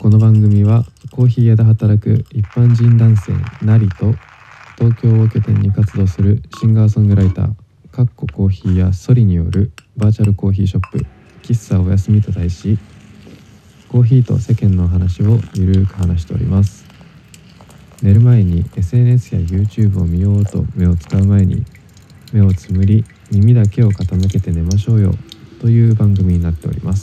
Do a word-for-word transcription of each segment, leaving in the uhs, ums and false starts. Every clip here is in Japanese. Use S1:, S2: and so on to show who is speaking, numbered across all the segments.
S1: この番組はコーヒー屋で働く一般人男性なりと東京を拠点に活動するシンガーソングライターかっこコーヒー屋ソリによるバーチャルコーヒーショップ喫茶おやすみと題し、コーヒーと世間の話をゆるーく話しております。寝る前に エスエヌエス や YouTube を見ようと目を使う前に目をつむり耳だけを傾けて寝ましょうよという番組になっております。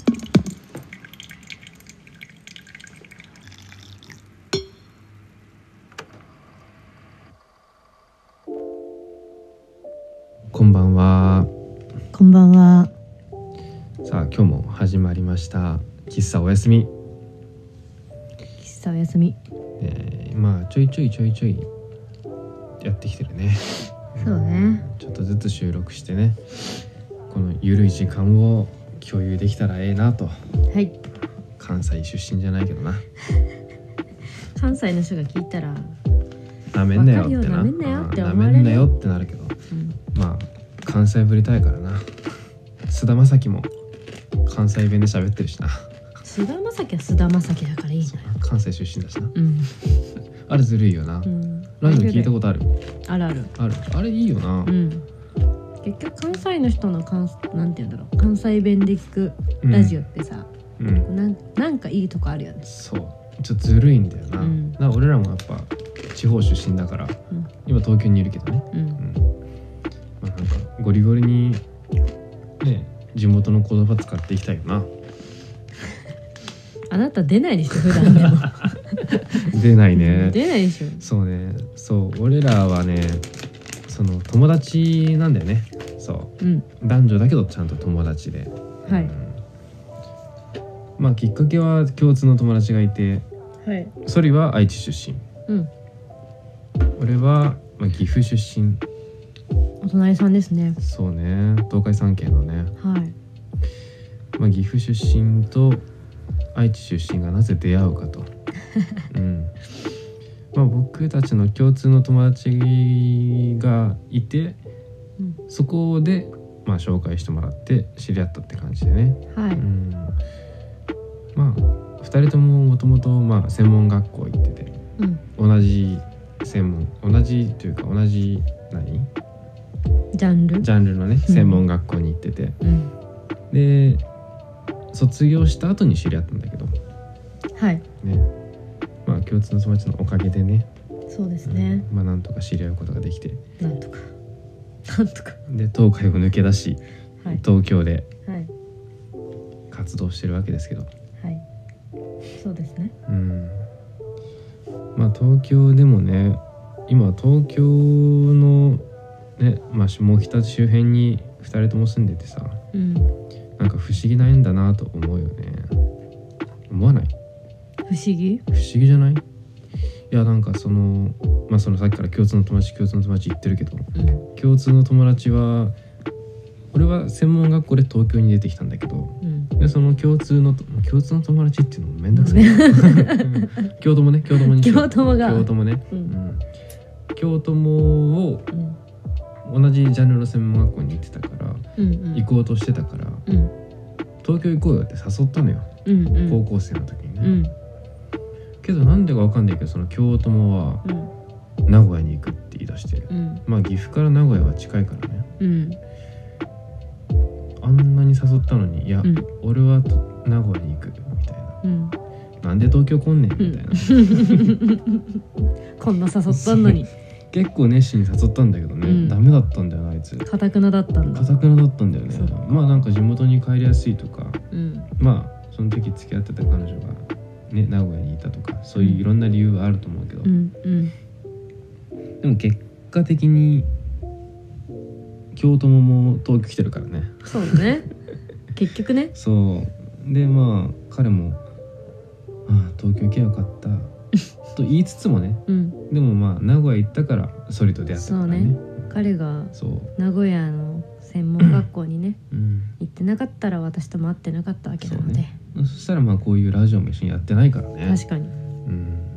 S1: こんばんは。
S2: こんばんは。
S1: さあ今日も始まりました喫茶おやすみ。
S2: 喫茶おやすみ、
S1: えー、まあちょいちょいちょいちょいやってきてるね。
S2: そうね、
S1: ちょっとずつ収録してね、このゆるい時間を共有できたらええなと。
S2: はい。
S1: 関西出身じゃないけどな。
S2: 関西の人が聞いたら
S1: なめんなよってな、
S2: なめんなよって
S1: な
S2: 思われる。
S1: めんなよってなるけど、
S2: うん、
S1: まあ関西ぶりたいからな。菅田将暉も関西弁で喋ってるしな。
S2: 菅田将暉は菅田将暉だからいいのよ。
S1: 関西出身だしな。
S2: うん。
S1: あれずるいよな。うん、ラジオ聞いたことある？
S2: あるある。
S1: ある。あれいいよな。
S2: うん。結局関西の人の関なんて言うんだろう、関西弁で聞くラジオってさ、うん、なんなんかいいとこあるよね。
S1: そう。ちょっとずるいんだよな。うん、な俺らもやっぱ地方出身だから、うん、今東京にいるけどね。うん。うん、まあなんかゴリゴリにね地元の言葉使っていきたいよな。
S2: あなた出ないでしょ普段でも。
S1: 出ないね。
S2: 出ないでしょ。
S1: そうね。そう俺らはね、その友達なんだよね。そう、うん、男女だけどちゃんと友達で、はい、うん、まあきっかけは共通の友達がいて、はい、ソリは愛知出身、うん、俺は、まあ、岐阜出身。
S2: お隣さんですね。
S1: そうね、東海三県のね、はい、まあ、岐阜出身と愛知出身がなぜ出会うかと、うん、まあ、僕たちの共通の友達がいて、うん、そこで、まあ、紹介してもらって知り合ったって感じでね、はい、うん、まあふたりとももともと専門学校行ってて、うん、同じ専門同じというか同じ何
S2: ジャンル
S1: ジャンルのね専門学校に行ってて、うん、で卒業した後に知り合ったんだけど、はいね、まあ共通の友達のおかげでね、
S2: そうですね、
S1: うん、まあなんとか知り合うことができて、
S2: なんとかなんとか
S1: で東海を抜け出し、はい、東京で活動してるわけですけど、はい、
S2: そうですね、
S1: うん、まあ東京でもね、今東京のね、まあ、下北周辺にふたりとも住んでてさ、うん、なんか不思議な縁だなと思うよね。思わない？
S2: 不思議？
S1: 不思議じゃない？いやなんかそのまあそのさっきから共通の友達共通の友達言ってるけど、うん、共通の友達は俺は専門学校で東京に出てきたんだけど、うん、でその共通の共通の友達っていうのもめんどくさい。京都もね京都もに
S2: 京都もが
S1: 京都もね、うんうん、京都もを、うん、同じジャンルの専門学校に行ってたから、うんうん、行こうとしてたから、うん、東京行こうよって誘ったのよ、うんうん、高校生の時にね、うん、けどなんでかわかんないけどその京都もは、うん、名古屋に行くって言い出して、うん、まあ岐阜から名古屋は近いからね、うん、あんなに誘ったのにいや、うん、俺は名古屋に行くみたいな、うん、なんで東京来んねんみたいな、うん、
S2: こんな誘ったのに
S1: 結構熱心に誘ったんだけどね、うん、ダメだったんだよなあいつ。
S2: 堅くなだったんだ。
S1: 堅くなだったんだよね。まあなんか地元に帰りやすいとか、うん、まあその時付き合ってた彼女がね名古屋にいたとかそういういろんな理由はあると思うけど、うんうん、でも結果的に京都ももう東京来てるからね。
S2: そうね結局ね。
S1: そうでまあ彼もああ東京行けばよかったと言いつつもね、うん、でもまあ名古屋行ったからソリと出会ったからね。そうね、
S2: 彼が名古屋の専門学校にね、うん、行ってなかったら私とも会ってなかったわけなので、 そ,、ね、そしたらまあこういうラジオも一緒にやってないからね。確かに、うん、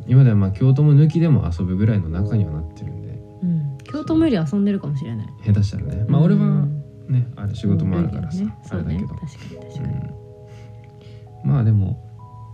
S2: 今ではまあ京都も抜きでも遊ぶぐらいの仲にはなってるんで、うん、 京都もより遊んでるかもしれない。
S1: 下手したらね、まあ俺はね、あれ仕事もあるからさ、うん、あれだけど、ね、確かに確かに、うん、まあでも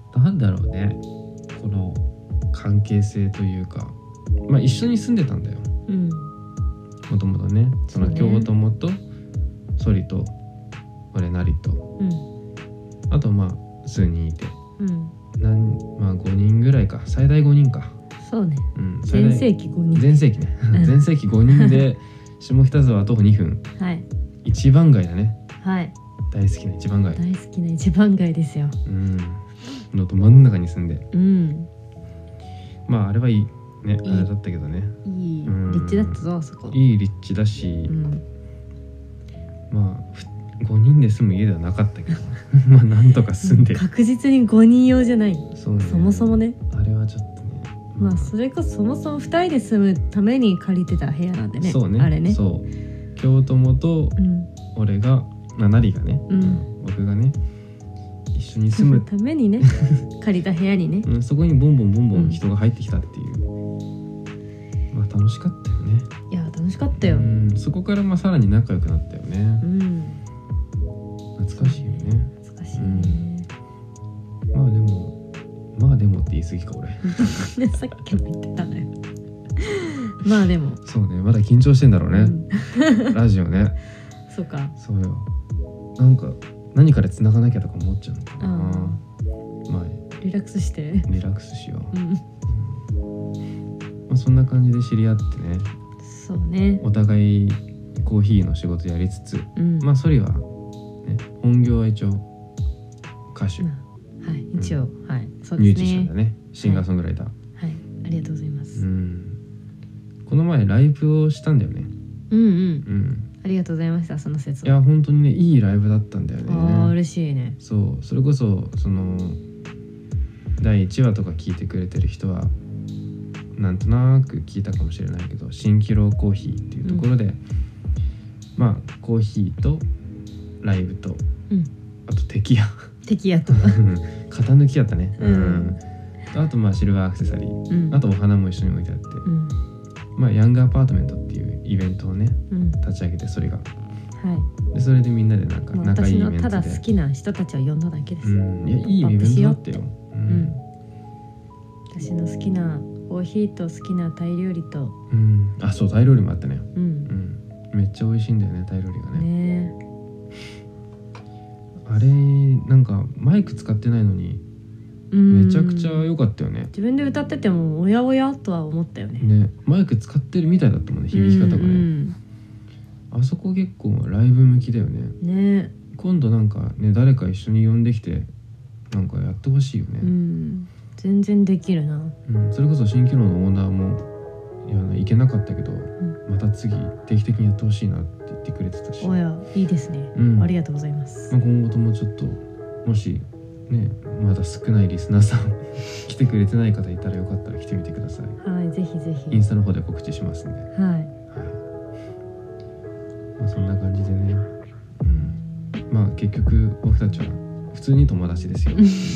S1: なんだろうね、この関係性というか、まあ一緒に住んでたんだよ、うん、もともとね、その京友とソリと俺なりと、うん、あとまあ数人いて、うん、なんまあごにんぐらいか、最大ごにんか。
S2: そうね、うん、全盛期ごにん、
S1: 全盛期ね全盛期ごにんで下北沢徒歩にふん、はい、一番街だね。はい、大好きな一番街、
S2: 大好きな一番街ですよ。
S1: うんのど真ん中に住んで、うん、まああれはいいね、あれだったけどね、
S2: いい立地だったぞ、あそこ。
S1: いい立地だし、うん、まあごにんで住む家ではなかったけどまあなんとか住んで、
S2: 確実にごにん用じゃない。そう、ね、そもそもね、
S1: あれはちょっとね、
S2: まあ、まあそれこそそもそもふたりで住むために借りてた部屋なんでね。
S1: そうね、
S2: あれね、
S1: そう京友と俺が、うん、なりがね、うん、僕がね一緒に住む
S2: ためにね借りた部屋にね、
S1: うん、そこにボンボンボンボン人が入ってきたっていう、うん、まあ楽しかったよね。
S2: いや楽しかったよ、う
S1: ん、そこからまあさらに仲良くなったよね、うん、懐かしいよね。
S2: 懐かしいね、
S1: うん、まあでもまあでもって言い過ぎか俺
S2: さっきも言ってたのよまあでも
S1: そうね、まだ緊張してんだろうね、うん、ラジオね。
S2: そうか、
S1: そうよ、なんか何かで繋がなきゃとか思っちゃうのかな。まあ
S2: リラックスして
S1: リラックスしよう、うんうん、まあ、そんな感じで知り合ってね。
S2: そうね、
S1: お互いコーヒーの仕事やりつつ、うん、まあソリは、ね、本業は一応歌手、うん、
S2: はい、一応、うん、はい、そうですね、
S1: ミュージシャンだね、シンガーソングライター、は
S2: い、はい、ありがとうございます、うん、
S1: この前ライブをしたんだよね。
S2: うんうん、うん、ありがとうございました。その説
S1: いや本当にね、いいライブだったんだよね。
S2: ああ嬉しいね。
S1: そう、それこそそのだいいちわとか聞いてくれてる人はなんとなく聞いたかもしれないけど、蜃気楼コーヒーっていうところで、うん、まあコーヒーとライブと、うん、あとテキヤ
S2: テキヤと
S1: 型抜きやったね、うん、あとまあシルバーアクセサリー、うん、あとお花も一緒に置いてあって、うん、まあヤングアパートメントっていうイベントをね、うん、立ち上げて、それが、はい、でそれでみんなでなんか仲いいイベントで、
S2: 私のただ好きな人たちを呼んだだけです、
S1: うん、いやいいイベントだったよ、うん、
S2: 私の好きなコーヒーと好きなタイ料理と、
S1: うん、あそうタイ料理もあったね、うんうん、めっちゃ美味しいんだよねタイ料理がね。ね、あれなんかマイク使ってないのにめちゃくちゃ良かったよね。
S2: 自分で歌っててもおやおやとは思ったよね。
S1: ね、マイク使ってるみたいだったもんね、響き方がね、うんうん、あそこ結構ライブ向きだよね。ね、今度なんかね誰か一緒に呼んできてなんかやってほしいよね、うん、
S2: 全然できるな、
S1: うん、それこそ蜃気楼のオーナーもいや行けなかったけど、うん、また次定期的にやってほしいなって言ってくれてたし。
S2: おやいいですね、うん、ありがとうございます、
S1: まあ、今後ともちょっともしね、まだ少ないリスナーさん来てくれてない方いたらよかったら来てみてください。
S2: はい、ぜひぜひ
S1: インスタの方で告知しますんで、はい、はい、まあ、そんな感じでね、うん、まあ結局僕たちは普通に友達ですよ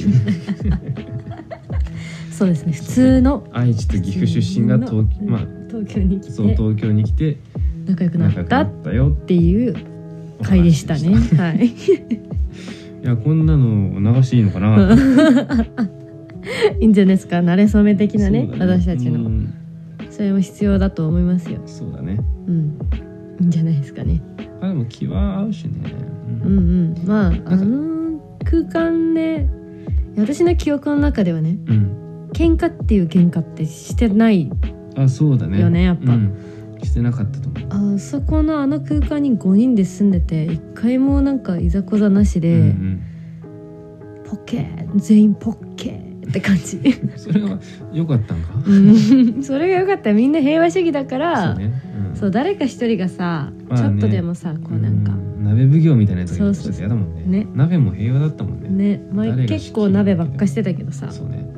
S2: そうですね、普通の
S1: 愛知と岐阜出身が東、まあ、
S2: 東京に来て
S1: そう東京に来て
S2: 仲良くなったっていう回でしたね。はい
S1: いやこんなの流していいのかな
S2: いいんじゃないですか、慣れ初め的な ね, ね私たちの、うん、それも必要だと思いますよ。
S1: そうだね、
S2: うん、いいんじゃないですかね。
S1: あでも気は合うしね、
S2: うん、うんうんまああの空間ね、私の記憶の中ではね、うん、喧嘩っていう喧嘩ってしてないよね。
S1: あそうだね
S2: やっぱ、うん、
S1: してなかったと思う。
S2: あそこのあの空間にごにんで住んでて一回もなんかいざこざなしで、うんうん、ポッケー全員ポッケーって感じ
S1: それは良かったんか
S2: それが良かった。みんな平和主義だからそう、ねうん、そう誰か一人がさ、まあね、ちょっとでもさこうなんか、うん、
S1: 鍋奉行みたいなやつがちょっと嫌だもん ね, ね鍋も平和だったもんね。
S2: ね、まあ、結構鍋ばっかしてたけどさ
S1: そうね、うん、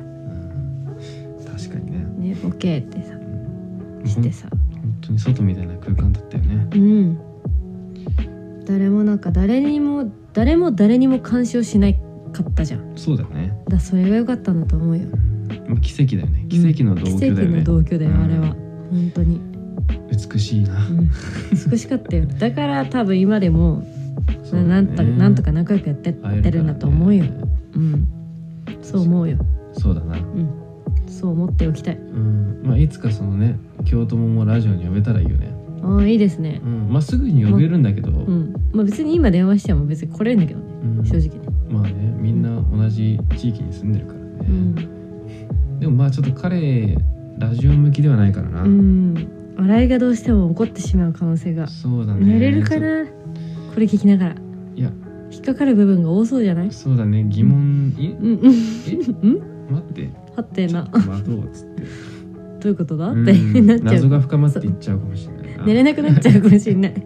S1: 確かにね
S2: ねポッケーってさ、うん、してさ
S1: 本当に外みたいな空間だったよね。うん。
S2: 誰もなんか誰にも誰も誰にも干渉しなかったじゃん。
S1: そうだね。
S2: だそれが良かったんだと思うよ。
S1: うん、奇跡だよね。奇跡の同居だよね。
S2: 奇跡の同居だよ、うん、あれは本当に。
S1: 美しいな。うん、
S2: 美しかったよ。だから多分今でも、ね、なんとなんとか仲良くやってってるんだと思うよ。うん。 そう思うよ。
S1: そうだな、
S2: うん、そう思っておきたい。う
S1: ん、まあいつかそのね京都ももラジオに呼べたらいいよね。
S2: ああいいですね。
S1: うん、まあすぐに呼べるんだけど、ま、
S2: うん、まあ別に今電話しても別に来れるんだけどね、うん、正直ね。
S1: まあねみんな同じ地域に住んでるからね、うん、でもまあちょっと彼ラジオ向きではないからな。うん、
S2: 笑いがどうしても起こってしまう可能性が。
S1: そうだね。
S2: 寝れるかなこれ聞きながら。いや引っかかる部分が多そうじゃない？
S1: そうだね疑問、うん、えうんえ待って
S2: はってな
S1: 待とうっつって
S2: どういうことだってなっちゃう。
S1: 謎が深まっていっちゃうかもしれないな。
S2: 寝れなくなっちゃうかもしれない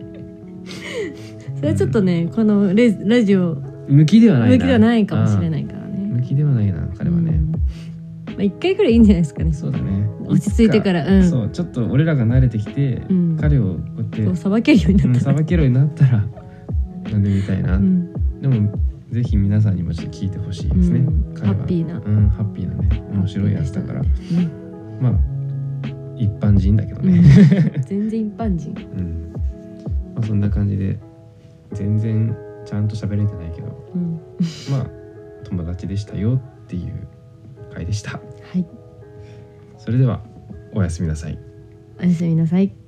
S2: それはちょっとね、うん、このレラジオ
S1: 向きではないな。
S2: 向きではないかもしれないからね。
S1: 向きではないな彼はね、うんま
S2: あ、いっかいくらいいいんじゃないですかね。
S1: そうだね
S2: 落ち着いてから、うん、
S1: そうちょっと俺らが慣れてきて、うん、彼をこうやって
S2: さばけるようになったら、
S1: さばけるようになったら呼んでみたいな、うん、でもぜひ皆さんにもちょっと聞いてほしいですね、うん、
S2: 彼はハッピーな、
S1: うん、ハッピーなね面白いやつだから、ね、まあ一般人だけどね、
S2: うん、全然一般人、
S1: うんまあ、そんな感じで全然ちゃんと喋れてないけど、うん、まあ友達でしたよっていう回でした。
S2: はい。
S1: それではおやすみなさい。
S2: おやすみなさい。